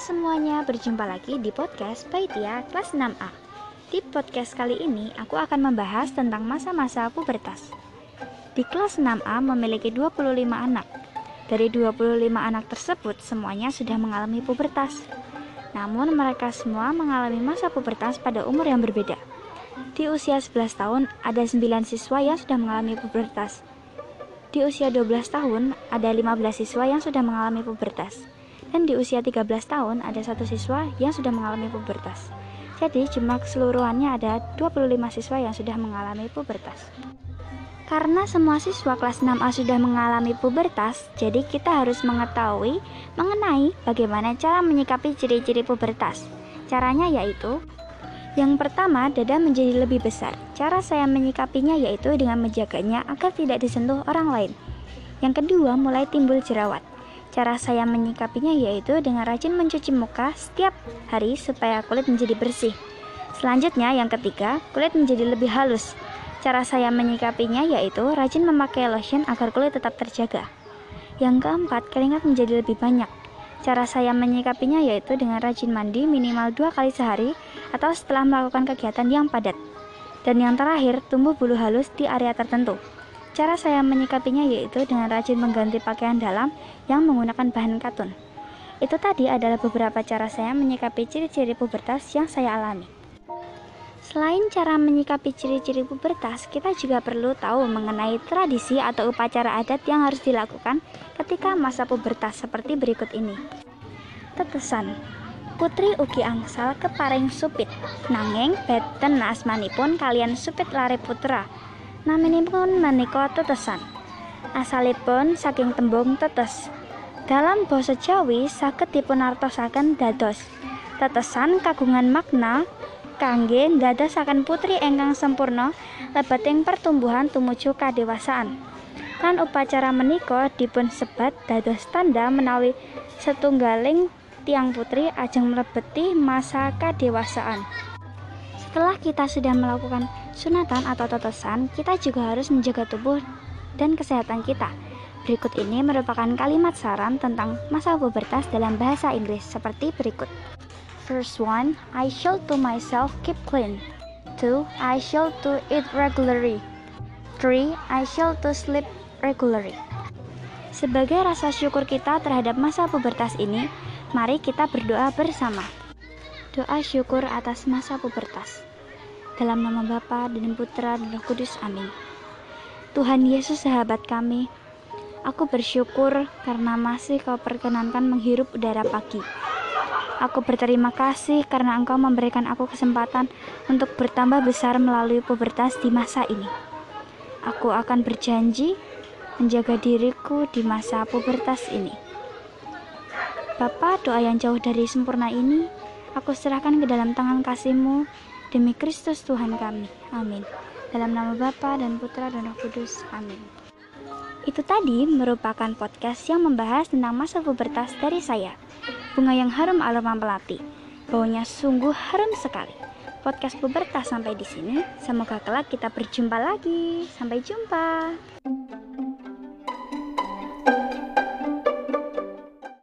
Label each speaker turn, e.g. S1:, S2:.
S1: semuanya, berjumpa lagi di podcast Paitia kelas 6A. Di podcast kali ini, aku akan membahas tentang masa-masa pubertas. Di kelas 6A memiliki 25 anak. Dari 25 anak tersebut, semuanya sudah mengalami pubertas. Namun, mereka semua mengalami masa pubertas pada umur yang berbeda. Di usia 11 tahun, ada 9 siswa yang sudah mengalami pubertas. Di usia 12 tahun, ada 15 siswa yang sudah mengalami pubertas. Dan di usia 13 tahun ada satu siswa yang sudah mengalami pubertas. Jadi jumlah keseluruhannya ada 25 siswa yang sudah mengalami pubertas. Karena semua siswa kelas 6A sudah mengalami pubertas, jadi kita harus mengetahui mengenai bagaimana cara menyikapi ciri-ciri pubertas. Caranya yaitu, yang pertama, dada menjadi lebih besar. Cara saya menyikapinya yaitu dengan menjaganya agar tidak disentuh orang lain. Yang kedua, mulai timbul jerawat. Cara saya menyikapinya yaitu dengan rajin mencuci muka setiap hari supaya kulit menjadi bersih. Selanjutnya, yang ketiga, kulit menjadi lebih halus. Cara saya menyikapinya yaitu rajin memakai lotion agar kulit tetap terjaga. Yang keempat, keringat menjadi lebih banyak. Cara saya menyikapinya yaitu dengan rajin mandi minimal 2 kali sehari atau setelah melakukan kegiatan yang padat. Dan yang terakhir, tumbuh bulu halus di area tertentu. Cara saya menyikapinya yaitu dengan rajin mengganti pakaian dalam yang menggunakan bahan katun. Itu tadi adalah beberapa cara saya menyikapi ciri-ciri pubertas yang saya alami. Selain cara menyikapi ciri-ciri pubertas, kita juga perlu tahu mengenai tradisi atau upacara adat yang harus dilakukan ketika masa pubertas seperti berikut ini. Tetesan. Putri ugi angsal keparing supit, nanging beten asmanipun kalian supit lare putra. Naminipun menika tetesan. Asalipun saking tembung tetes. Dalam basa Jawi saged dipunartosaken dados tetesan kagungan makna kangge ndadosaken putri ingkang sampurna lebeting pertumbuhan tumuju kadewasaan. Lan upacara menika dipun sebat dados tanda menawi setunggaling tiang putri ajeng mlebeti masa kadewasaan. Setelah kita sudah melakukan sunatan atau tetesan, kita juga harus menjaga tubuh dan kesehatan kita. Berikut ini merupakan kalimat saran tentang masa pubertas dalam bahasa Inggris seperti berikut. First one, I shall to myself keep clean. 2, I shall to eat regularly. 3, I shall to sleep regularly. Sebagai rasa syukur kita terhadap masa pubertas ini, mari kita berdoa bersama. Doa syukur atas masa pubertas. Dalam nama Bapa dan Putra dan Roh Kudus, amin. Tuhan Yesus sahabat kami, aku bersyukur karena masih Kau perkenankan menghirup udara pagi. Aku berterima kasih karena Engkau memberikan aku kesempatan untuk bertambah besar melalui pubertas di masa ini. Aku akan berjanji menjaga diriku di masa pubertas ini. Bapa, doa yang jauh dari sempurna ini, aku serahkan ke dalam tangan kasih-Mu demi Kristus Tuhan kami. Amin. Dalam nama Bapa dan Putra dan Roh Kudus. Amin. Itu tadi merupakan podcast yang membahas tentang masa pubertas dari saya, Bunga yang Harum Aroma Melati. Baunya sungguh harum sekali. Podcast pubertas sampai di sini. Semoga kelak kita berjumpa lagi. Sampai jumpa.